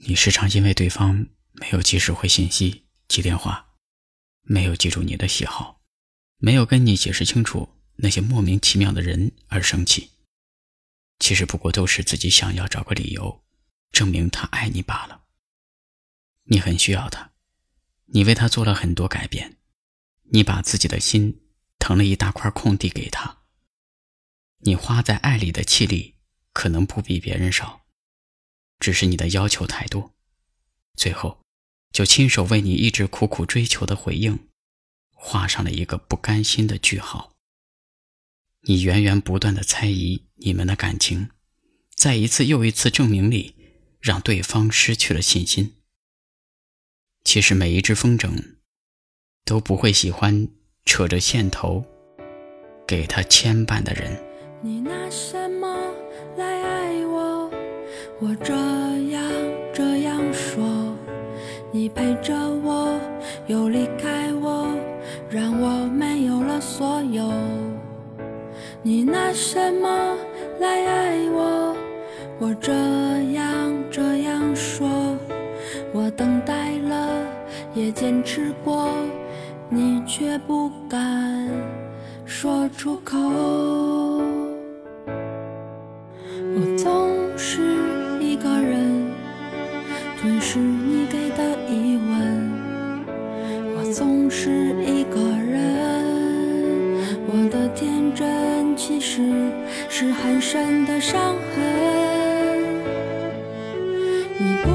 你时常因为对方没有及时回信息、接电话，没有记住你的喜好，没有跟你解释清楚那些莫名其妙的人而生气。其实不过都是自己想要找个理由，证明他爱你罢了。你很需要他，你为他做了很多改变，你把自己的心腾了一大块空地给他。你花在爱里的气力可能不比别人少，只是你的要求太多，最后就亲手为你一直苦苦追求的回应画上了一个不甘心的句号。你源源不断地猜疑你们的感情，在一次又一次证明里让对方失去了信心。其实每一只风筝都不会喜欢扯着线头给他牵绊的人。 你拿什么来爱我？我这样说，你陪着我又离开我，让我没有了所有。你拿什么来爱我？我这样说，我等待了也坚持过，你却不敢说出口。我总是一个人吞噬你给的疑问，我总是一个人，我的天真其实是很深的伤痕。你不